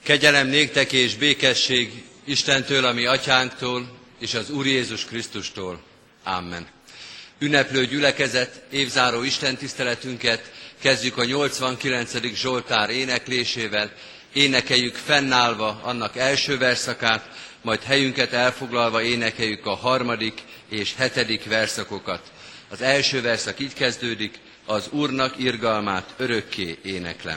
Kegyelem néktek és békesség Istentől, a mi atyánktól, és az Úr Jézus Krisztustól. Amen. Ünneplő gyülekezet, évzáró istentiszteletünket kezdjük a 89. Zsoltár éneklésével. Énekeljük fennállva annak első verszakát, majd helyünket elfoglalva énekeljük a 3. és 7. verszakokat. Az első verszak így kezdődik: az Úrnak irgalmát örökké éneklem.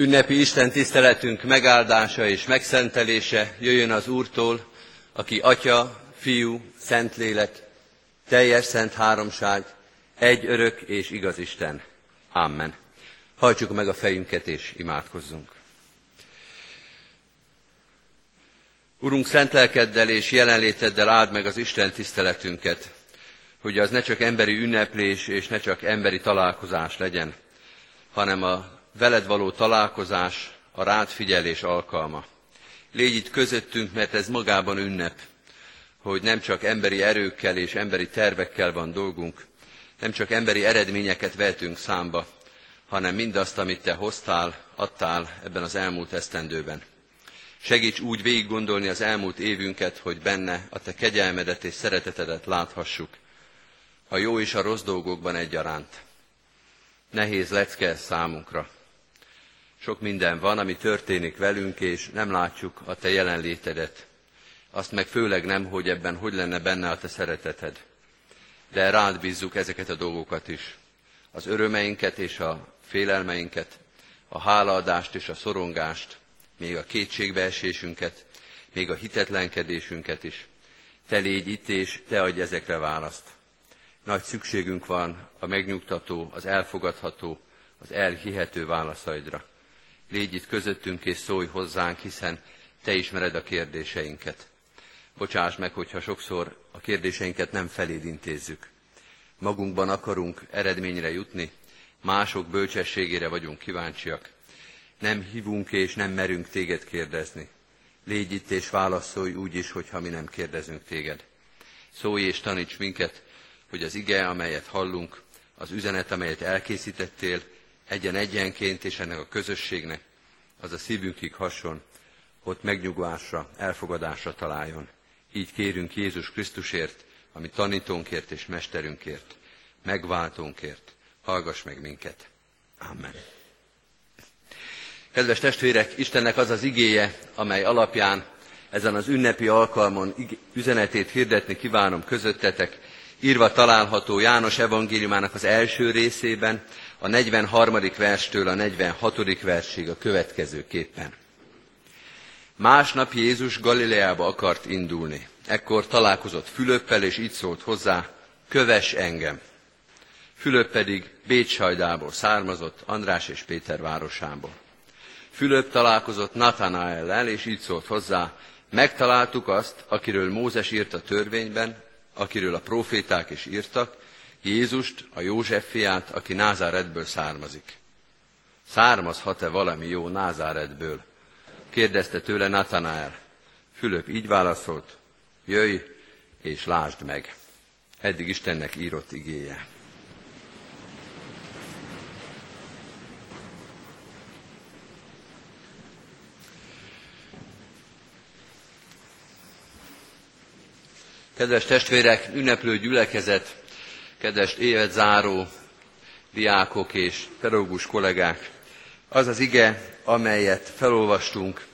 Ünnepi Isten tiszteletünk megáldása és megszentelése jöjjön az Úrtól, aki Atya, Fiú, Szentlélek, teljes szent háromság, egy örök és igaz Isten. Amen. Hajtsuk meg a fejünket és imádkozzunk. Urunk, szent lelkeddel és jelenléteddel áld meg az Isten tiszteletünket, hogy az ne csak emberi ünneplés és ne csak emberi találkozás legyen, hanem a veled való találkozás, a rád figyelés alkalma. Légy itt közöttünk, mert ez magában ünnep, hogy nem csak emberi erőkkel és emberi tervekkel van dolgunk, nem csak emberi eredményeket vehetünk számba, hanem mindazt, amit te hoztál, adtál ebben az elmúlt esztendőben. Segíts úgy végig gondolni az elmúlt évünket, hogy benne a te kegyelmedet és szeretetedet láthassuk, a jó és a rossz dolgokban egyaránt. Nehéz lecke számunkra. Sok minden van, ami történik velünk, és nem látjuk a te jelenlétedet. Azt meg főleg nem, hogy ebben hogy lenne benne a te szereteted. De rád bízzuk ezeket a dolgokat is. Az örömeinket és a félelmeinket, a hálaadást és a szorongást, még a kétségbeesésünket, még a hitetlenkedésünket is. Te légy itt, és te adj ezekre választ. Nagy szükségünk van a megnyugtató, az elfogadható, az elhihető válaszaidra. Légy itt közöttünk és szólj hozzánk, hiszen te ismered a kérdéseinket. Bocsáss meg, hogyha sokszor a kérdéseinket nem feléd intézzük. Magunkban akarunk eredményre jutni, mások bölcsességére vagyunk kíváncsiak. Nem hívunk és nem merünk téged kérdezni. Légy itt és válaszolj úgy is, hogyha mi nem kérdezünk téged. Szólj és taníts minket, hogy az ige, amelyet hallunk, az üzenet, amelyet elkészítettél, egyenként és ennek a közösségnek, az a szívünkig hasson, ott megnyugvásra, elfogadásra találjon. Így kérünk Jézus Krisztusért, ami tanítónkért és mesterünkért, megváltónkért. Hallgass meg minket. Amen. Kedves testvérek, Istennek az az igéje, amely alapján ezen az ünnepi alkalmon üzenetét hirdetni kívánom közöttetek, írva található János evangéliumának az első részében, a 43. verstől a 46. versig a következőképpen. Másnap Jézus Galileába akart indulni. Ekkor találkozott Fülöppel, és így szólt hozzá: kövess engem. Fülöp pedig Bécssajdából származott, András és Péter városából. Fülöp találkozott Natanaellel, és így szólt hozzá: megtaláltuk azt, akiről Mózes írt a törvényben, akiről a próféták is írtak, Jézust, a József fiát, aki Názáretből származik. Származhat-e valami jó Názáretből? Kérdezte tőle Natanael. Fülöp így válaszolt: jöjj és lásd meg. Eddig Istennek írott igéje. Kedves testvérek, ünneplő gyülekezet, kedves évezáró diákok és pedagógus kollégák! Az az ige, amelyet felolvastunk,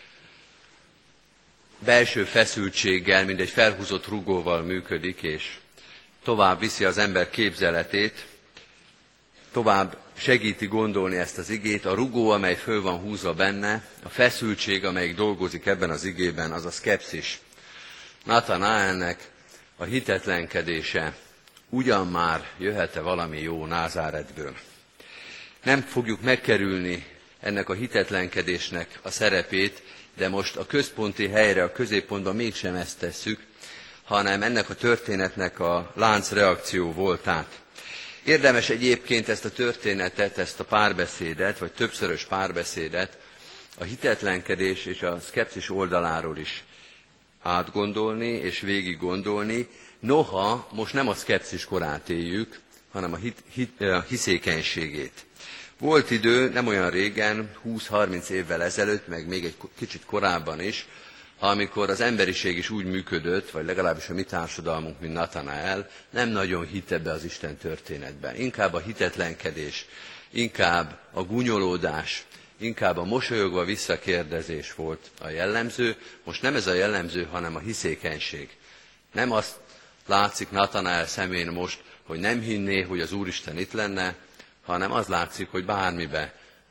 belső feszültséggel, mint egy felhúzott rugóval működik, és tovább viszi az ember képzeletét, tovább segíti gondolni ezt az igét. A rugó, amely föl van húzva benne, a feszültség, amelyik dolgozik ebben az igében, az a szkepszis. Natanaelnek a hitetlenkedése, ugyan már jöhet-e valami jó Názáretből. Nem fogjuk megkerülni ennek a hitetlenkedésnek a szerepét, de most a központi helyre, a középpontban mégsem ezt tesszük, hanem ennek a történetnek a láncreakció voltát. Érdemes egyébként ezt a történetet, ezt a párbeszédet, vagy többszörös párbeszédet a hitetlenkedés és a szkepszis oldaláról is átgondolni és végig gondolni. Noha most nem a szkepszis korát éljük, hanem a hiszékenységét. Volt idő, nem olyan régen, 20-30 évvel ezelőtt, meg még egy kicsit korábban is, amikor az emberiség is úgy működött, vagy legalábbis a mi társadalmunk, mint Natanael, nem nagyon hitt ebbe az Isten történetben. Inkább a hitetlenkedés, inkább a gúnyolódás, inkább a mosolyogva visszakérdezés volt a jellemző. Most nem ez a jellemző, hanem a hiszékenység. Nem azt látszik Natanael szemén most, hogy nem hinné, hogy az Úristen itt lenne, hanem az látszik, hogy bármibe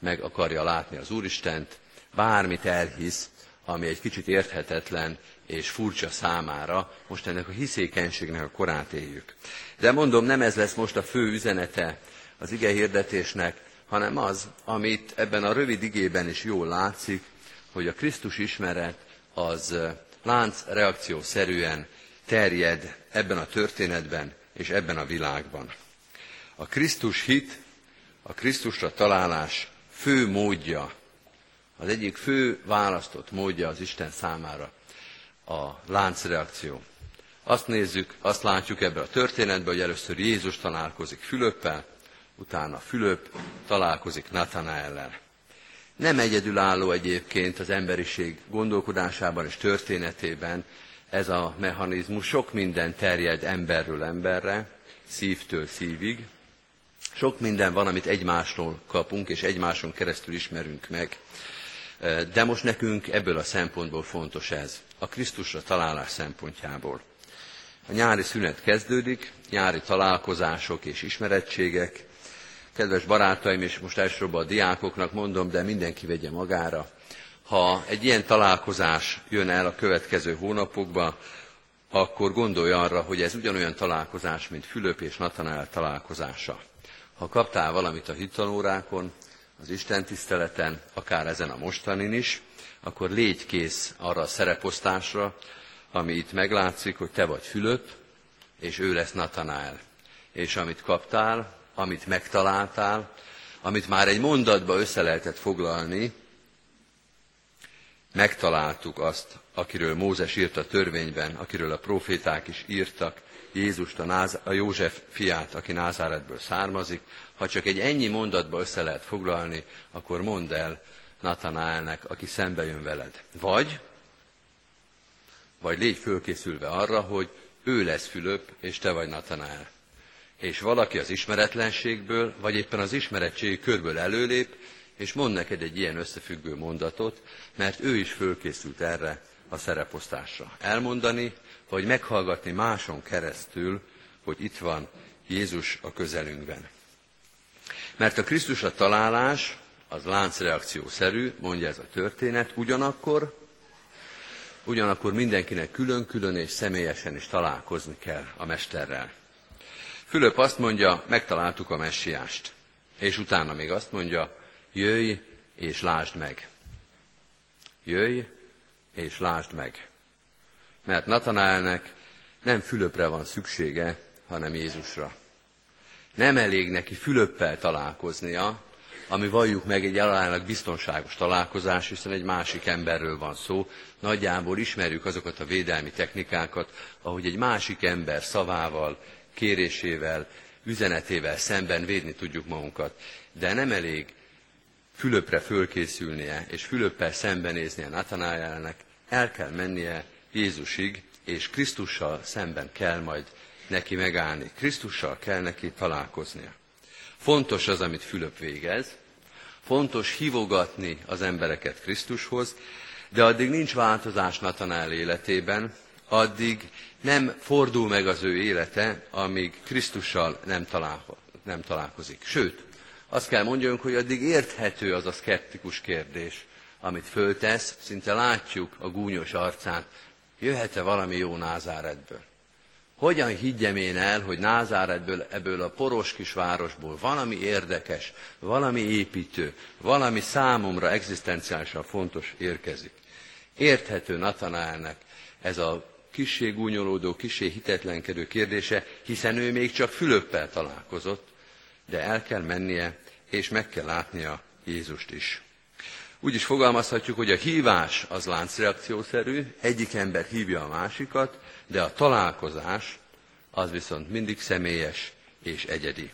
meg akarja látni az Úristent, bármit elhisz, ami egy kicsit érthetetlen és furcsa számára, most ennek a hiszékenységnek a korát éljük. De mondom, nem ez lesz most a fő üzenete az igehirdetésnek, hanem az, amit ebben a rövid igében is jól látszik, hogy a Krisztus ismeret az láncreakciószerűen terjed ebben a történetben és ebben a világban. A Krisztus hit, a Krisztusra találás fő módja, az egyik fő választott módja az Isten számára a láncreakció. Azt nézzük, azt látjuk ebben a történetben, hogy először Jézus találkozik Fülöppel, utána Fülöp találkozik Natanaellel. Nem egyedülálló egyébként az emberiség gondolkodásában és történetében ez a mechanizmus, sok minden terjed emberről emberre, szívtől szívig. Sok minden van, amit egymásról kapunk, és egymáson keresztül ismerünk meg. De most nekünk ebből a szempontból fontos ez, a Krisztusra találás szempontjából. A nyári szünet kezdődik, nyári találkozások és ismerettségek. Kedves barátaim, és most elsősorban a diákoknak mondom, de mindenki vegye magára. Ha egy ilyen találkozás jön el a következő hónapokban, akkor gondolj arra, hogy ez ugyanolyan találkozás, mint Fülöp és Natanael találkozása. Ha kaptál valamit a hittanórákon, az istentiszteleten, akár ezen a mostanin is, akkor légy kész arra a szereposztásra, ami itt meglátszik, hogy te vagy Fülöp, és ő lesz Natanael. És amit kaptál, amit megtaláltál, amit már egy mondatba össze lehetett foglalni, megtaláltuk azt, akiről Mózes írt a törvényben, akiről a proféták is írtak, Jézust, a József fiát, aki Názáretből származik. Ha csak egy ennyi mondatba össze lehet foglalni, akkor mondd el Natanaelnek, aki szembe jön veled. Vagy légy fölkészülve arra, hogy ő lesz Fülöp, és te vagy Natanael. És valaki az ismeretlenségből, vagy éppen az ismerettségi körből előlép, és mond neked egy ilyen összefüggő mondatot, mert ő is fölkészült erre a szereposztásra. Elmondani, vagy meghallgatni máson keresztül, hogy itt van Jézus a közelünkben. Mert a Krisztusra találás az láncreakciószerű, mondja ez a történet, ugyanakkor mindenkinek külön-külön és személyesen is találkozni kell a Mesterrel. Fülöp azt mondja, megtaláltuk a Messiást, és utána még azt mondja, jöjj és lásd meg. Jöjj és lásd meg. Mert Natanaelnek nem Fülöpre van szüksége, hanem Jézusra. Nem elég neki Fülöppel találkoznia, ami valljuk meg egy aránylag biztonságos találkozás, hiszen egy másik emberről van szó. Nagyjából ismerjük azokat a védelmi technikákat, ahogy egy másik ember szavával, kérésével, üzenetével szemben védni tudjuk magunkat. De nem elég Fülöpre fölkészülnie, és Fülöppel szembenéznie Natanaelnek, el kell mennie Jézusig, és Krisztussal szemben kell majd neki megállni. Krisztussal kell neki találkoznia. Fontos az, amit Fülöp végez, fontos hívogatni az embereket Krisztushoz, de addig nincs változás Natanael életében, addig nem fordul meg az ő élete, amíg Krisztussal nem találkozik. Sőt, azt kell mondjunk, hogy addig érthető az a szkeptikus kérdés, amit föltesz, szinte látjuk a gúnyos arcán, jöhet-e valami jó Názáretből? Hogyan higgyem én el, hogy Názáretből, ebből a poros kis városból valami érdekes, valami építő, valami számomra egzisztenciálisan fontos érkezik? Érthető Natanaelnek ez a kissé gúnyolódó, kissé hitetlenkedő kérdése, hiszen ő még csak Fülöppel találkozott, de el kell mennie, és meg kell látnia Jézust is. Úgy is fogalmazhatjuk, hogy a hívás az láncreakciószerű, egyik ember hívja a másikat, de a találkozás az viszont mindig személyes és egyedi.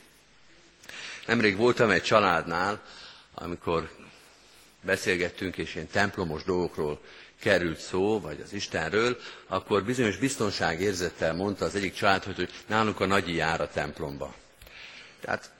Nemrég voltam egy családnál, amikor beszélgettünk, és ilyen templomos dolgokról került szó, vagy az Istenről, akkor bizonyos biztonságérzettel mondta az egyik család, hogy nálunk a nagyi jár a templomba. Tehát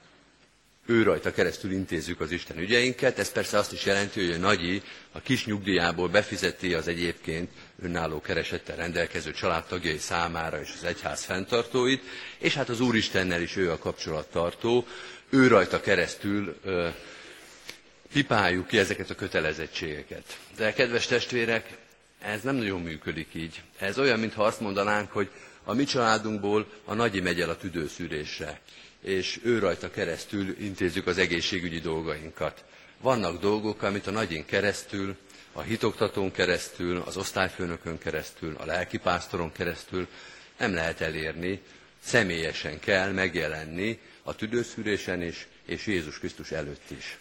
ő rajta keresztül intézzük az Isten ügyeinket, ez persze azt is jelenti, hogy a nagyi a kis nyugdíjából befizeti az egyébként önálló keresettel rendelkező családtagjai számára és az egyház fenntartóit, és hát az Úristennel is ő a kapcsolattartó, ő rajta keresztül pipáljuk ki ezeket a kötelezettségeket. De kedves testvérek, ez nem nagyon működik így. Ez olyan, mintha azt mondanánk, hogy a mi családunkból a nagyi megy el a tüdőszűrésre, és ő rajta keresztül intézzük az egészségügyi dolgainkat. Vannak dolgok, amit a nagyin keresztül, a hitoktatón keresztül, az osztályfőnökön keresztül, a lelkipásztoron keresztül nem lehet elérni, személyesen kell megjelenni a tüdőszűrésen is, és Jézus Krisztus előtt is.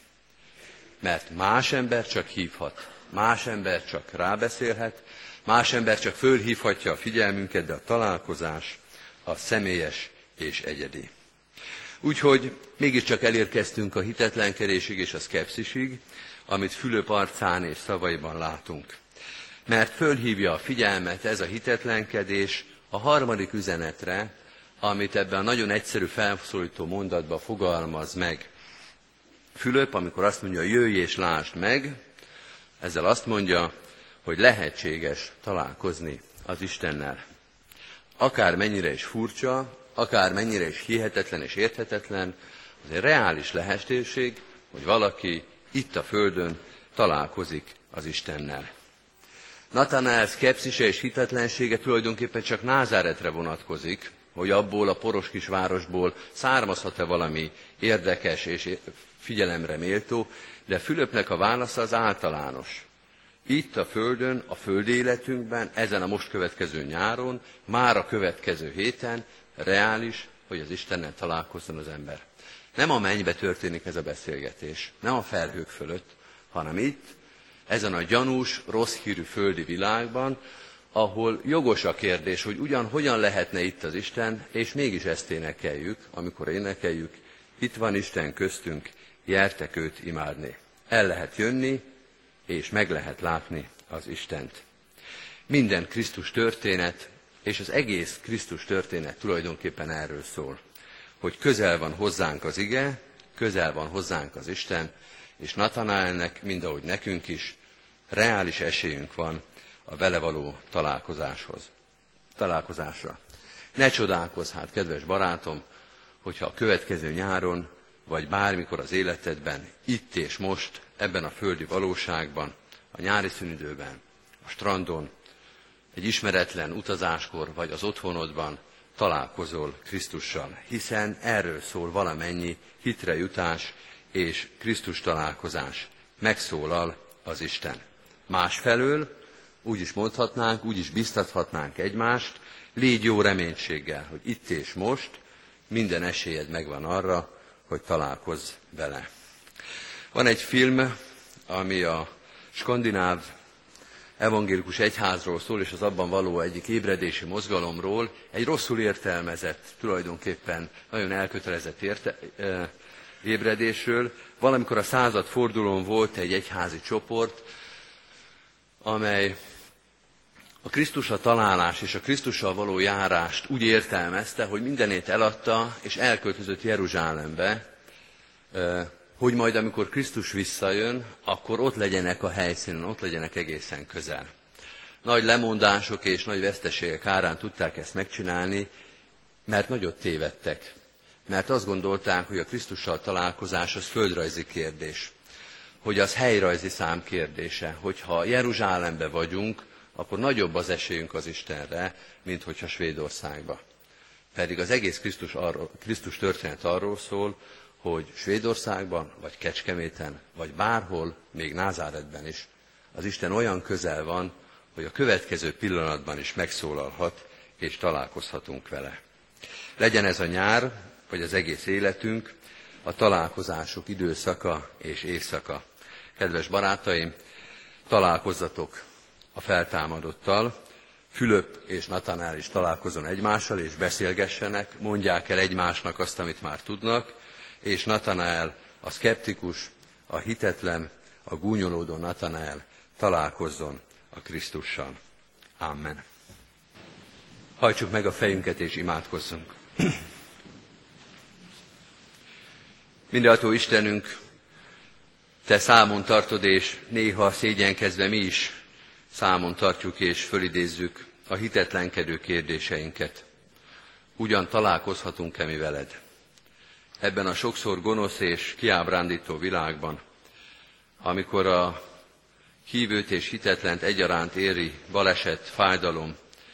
Mert más ember csak hívhat, más ember csak rábeszélhet, más ember csak fölhívhatja a figyelmünket, de a találkozás a személyes és egyedi. Úgyhogy mégiscsak elérkeztünk a hitetlenkedésig és a szkepszisig, amit Fülöp arcán és szavaiban látunk. Mert fölhívja a figyelmet ez a hitetlenkedés a harmadik üzenetre, amit ebben a nagyon egyszerű felszólító mondatban fogalmaz meg. Fülöp, amikor azt mondja, jöjj és lásd meg, ezzel azt mondja, hogy lehetséges találkozni az Istennel. Akár mennyire is furcsa, akár mennyire is hihetetlen és érthetetlen, az egy reális lehetőség, hogy valaki itt a földön találkozik az Istennel. Natanael szkepszise és hitetlensége tulajdonképpen csak Názáretre vonatkozik, hogy abból a poros kis városból származhat-e valami érdekes és figyelemre méltó, de Fülöpnek a válasza az általános. Itt a földön, a földi életünkben, ezen a most következő nyáron, már a következő héten reális, hogy az Istennel találkozzon az ember. Nem a mennybe történik ez a beszélgetés, nem a felhők fölött, hanem itt, ezen a gyanús, rossz hírű földi világban, ahol jogos a kérdés, hogy hogyan lehetne itt az Isten, és mégis ezt énekeljük, amikor énekeljük, itt van Isten köztünk, gyertek őt imádni. El lehet jönni, és meg lehet látni az Istent. Minden Krisztus történet, és az egész Krisztus történet tulajdonképpen erről szól, hogy közel van hozzánk az ige, közel van hozzánk az Isten, és Natanaelnek, mind ahogy nekünk is, reális esélyünk van a vele való találkozásra. Ne csodálkozz hát, kedves barátom, hogyha a következő nyáron, vagy bármikor az életedben, itt és most, ebben a földi valóságban, a nyári szünidőben, a strandon, egy ismeretlen utazáskor, vagy az otthonodban találkozol Krisztussal, hiszen erről szól valamennyi hitre jutás és Krisztus találkozás. Megszólal az Isten. Másfelől úgy is mondhatnánk, úgy is biztathatnánk egymást, légy jó reménységgel, hogy itt és most minden esélyed megvan arra, hogy találkozz vele. Van egy film, ami a skandináv evangélikus egyházról szól, és az abban való egyik ébredési mozgalomról, egy rosszul értelmezett, tulajdonképpen nagyon elkötelezett ébredésről. Valamikor a századfordulón volt egy egyházi csoport, amely a Krisztusra találás és a Krisztussal való járást úgy értelmezte, hogy mindenét eladta, és elköltözött Jeruzsálembe, hogy majd amikor Krisztus visszajön, akkor ott legyenek a helyszínen, ott legyenek egészen közel. Nagy lemondások és nagy veszteségek árán tudták ezt megcsinálni, mert nagyot tévedtek. Mert azt gondolták, hogy a Krisztussal találkozás az földrajzi kérdés, hogy az helyrajzi szám kérdése, hogyha Jeruzsálembe vagyunk, akkor nagyobb az esélyünk az Istenre, mint hogyha Svédországba. Pedig az egész Krisztus történet arról szól, hogy Svédországban, vagy Kecskeméten, vagy bárhol, még Názáretben is, az Isten olyan közel van, hogy a következő pillanatban is megszólalhat, és találkozhatunk vele. Legyen ez a nyár, vagy az egész életünk, a találkozások időszaka és éjszaka. Kedves barátaim, találkozzatok a feltámadottal, Fülöp és Natanael is találkozzon egymással, és beszélgessenek, mondják el egymásnak azt, amit már tudnak, és Natanael, a szkeptikus, a hitetlen, a gúnyolódó Natanael találkozzon a Krisztussal. Amen. Hajtsuk meg a fejünket és imádkozzunk. Mindenható Istenünk, Te számon tartod, és néha szégyenkezve mi is számon tartjuk és fölidézzük a hitetlenkedő kérdéseinket. Ugyan találkozhatunk-e mi veled? Ebben a sokszor gonosz és kiábrándító világban, amikor a hívőt és hitetlent egyaránt éri baleset, fájdalom,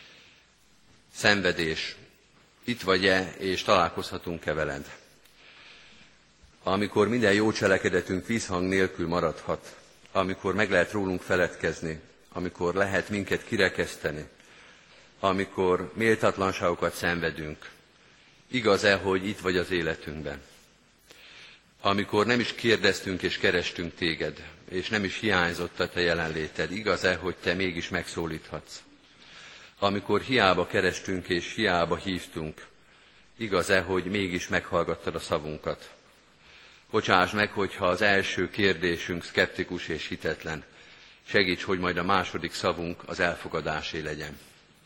szenvedés, itt vagy-e, és találkozhatunk-e veled? Amikor minden jó cselekedetünk vízhang nélkül maradhat, amikor meg lehet rólunk feledkezni, amikor lehet minket kirekeszteni, amikor méltatlanságokat szenvedünk, igaz-e, hogy itt vagy az életünkben? Amikor nem is kérdeztünk és kerestünk téged, és nem is hiányzott a te jelenléted, igaz-e, hogy te mégis megszólíthatsz? Amikor hiába kerestünk és hiába hívtunk, igaz-e, hogy mégis meghallgattad a szavunkat? Bocsáss meg, hogyha az első kérdésünk szkeptikus és hitetlen. Segíts, hogy majd a második szavunk az elfogadásé legyen.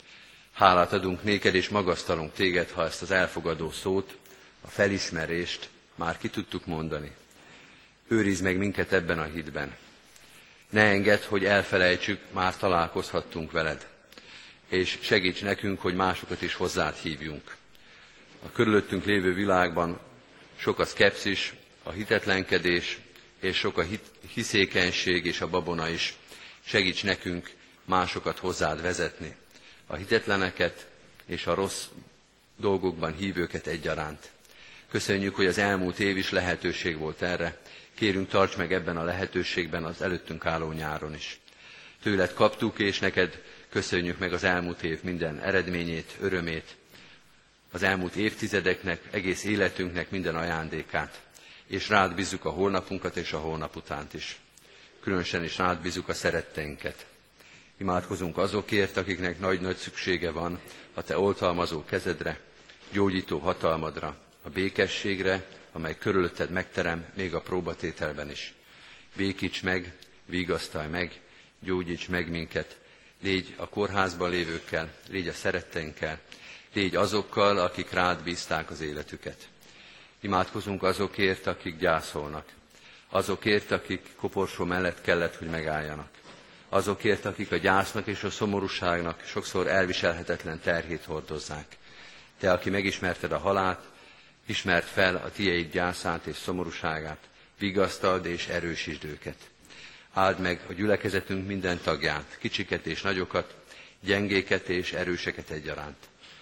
Hálát adunk néked és magasztalunk téged, ha ezt az elfogadó szót, a felismerést már ki tudtuk mondani. Őrizd meg minket ebben a hitben. Ne engedd, hogy elfelejtsük, már találkozhattunk veled. És segíts nekünk, hogy másokat is hozzád hívjunk. A körülöttünk lévő világban sok a szkepszis, a hitetlenkedés, és sok a hiszékenység és a babona is. Segíts nekünk másokat hozzád vezetni, a hitetleneket és a rossz dolgokban hívőket egyaránt. Köszönjük, hogy az elmúlt év is lehetőség volt erre. Kérünk, tarts meg ebben a lehetőségben az előttünk álló nyáron is. Tőled kaptuk, és neked köszönjük meg az elmúlt év minden eredményét, örömét, az elmúlt évtizedeknek, egész életünknek minden ajándékát. És rád bízzuk a holnapunkat és a holnap utánt is. Különösen is rád bízzuk a szeretteinket. Imádkozunk azokért, akiknek nagy-nagy szüksége van a te oltalmazó kezedre, gyógyító hatalmadra, a békességre, amely körülötted megterem, még a próbatételben is. Békíts meg, vigasztalj meg, gyógyíts meg minket. Légy a kórházban lévőkkel, légy a szeretteinkkel, légy azokkal, akik rád bízták az életüket. Imádkozunk azokért, akik gyászolnak, azokért, akik koporsó mellett kellett, hogy megálljanak, azokért, akik a gyásznak és a szomorúságnak sokszor elviselhetetlen terhét hordozzák. Te, aki megismerted a halált, ismerd fel a tieid gyászát és szomorúságát, vigasztald és erősítsd őket. Áld meg a gyülekezetünk minden tagját, kicsiket és nagyokat, gyengéket és erőseket egyaránt.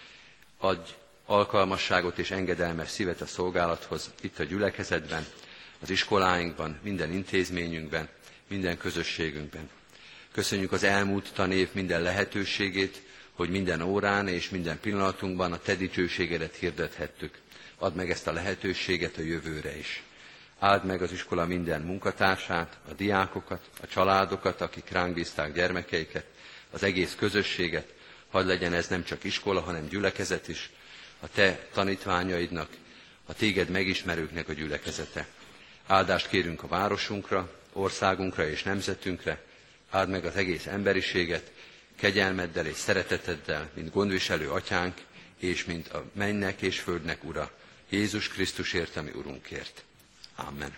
Adj alkalmasságot és engedelmes szívet a szolgálathoz, itt a gyülekezetben, az iskoláinkban, minden intézményünkben, minden közösségünkben. Köszönjük az elmúlt tanév minden lehetőségét, hogy minden órán és minden pillanatunkban a te dicsőségedet hirdethettük. Add meg ezt a lehetőséget a jövőre is. Áld meg az iskola minden munkatársát, a diákokat, a családokat, akik ránk bízták gyermekeiket, az egész közösséget. Hadd legyen ez nem csak iskola, hanem gyülekezet is, a te tanítványaidnak, a téged megismerőknek a gyülekezete. Áldást kérünk a városunkra, országunkra és nemzetünkre, áld meg az egész emberiséget, kegyelmeddel és szereteteddel, mint gondviselő atyánk, és mint a mennynek és földnek ura, Jézus Krisztusért, ami Urunkért. Amen.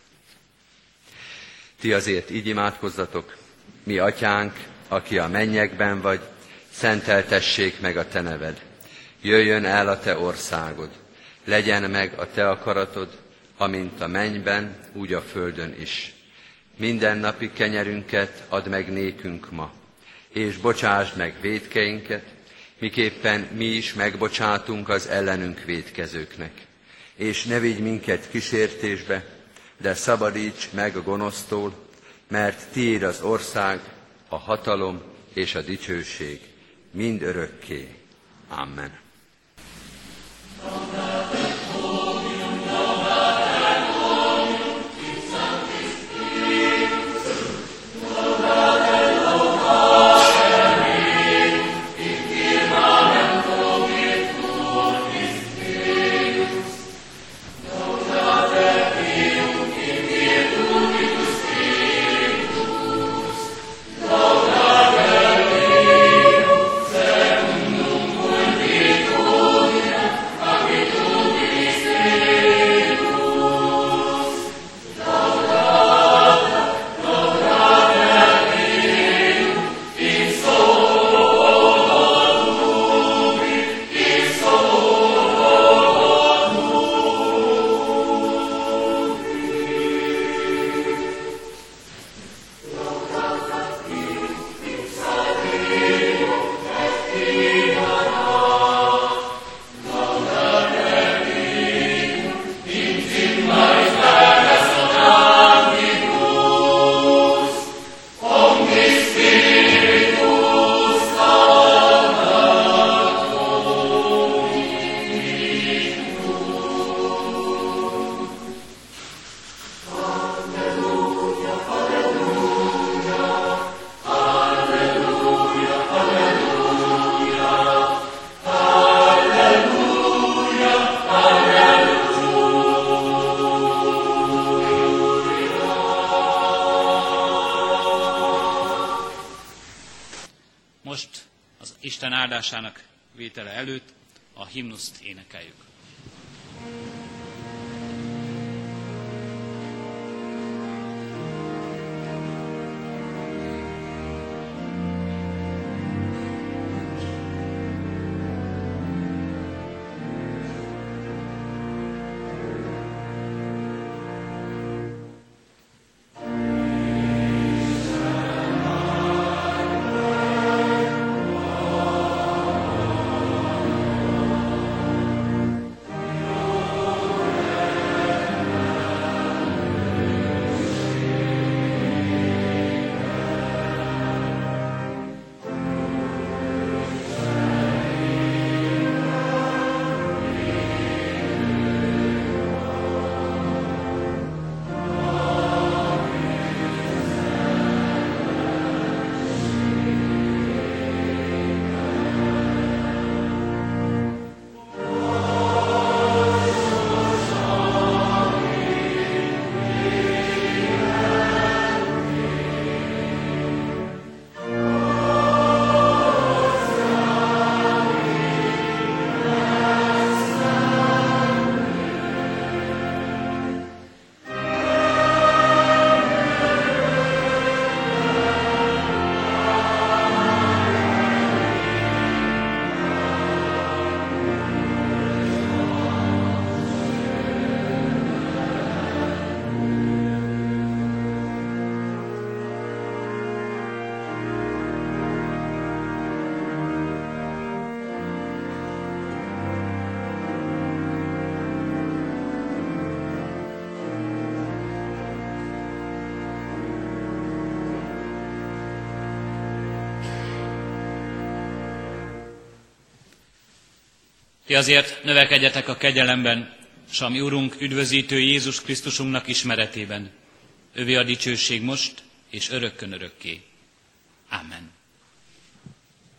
Ti azért így imádkozzatok: mi atyánk, aki a mennyekben vagy, szenteltessék meg a te neved. Jöjjön el a te országod, legyen meg a te akaratod, amint a mennyben, úgy a földön is. Mindennapi kenyerünket add meg nékünk ma, és bocsásd meg vétkeinket, miképpen mi is megbocsátunk az ellenünk vétkezőknek. És ne vigy minket kísértésbe, de szabadíts meg a gonosztól, mert tiéd az ország, a hatalom és a dicsőség mind örökké. Amen. Amen. Isten áldásának vétele előtt a himnuszt énekeljük. Ti azért növekedjetek a kegyelemben, s a mi Urunk, üdvözítő Jézus Krisztusunknak ismeretében. Övé a dicsőség most és örökkön örökké. Amen.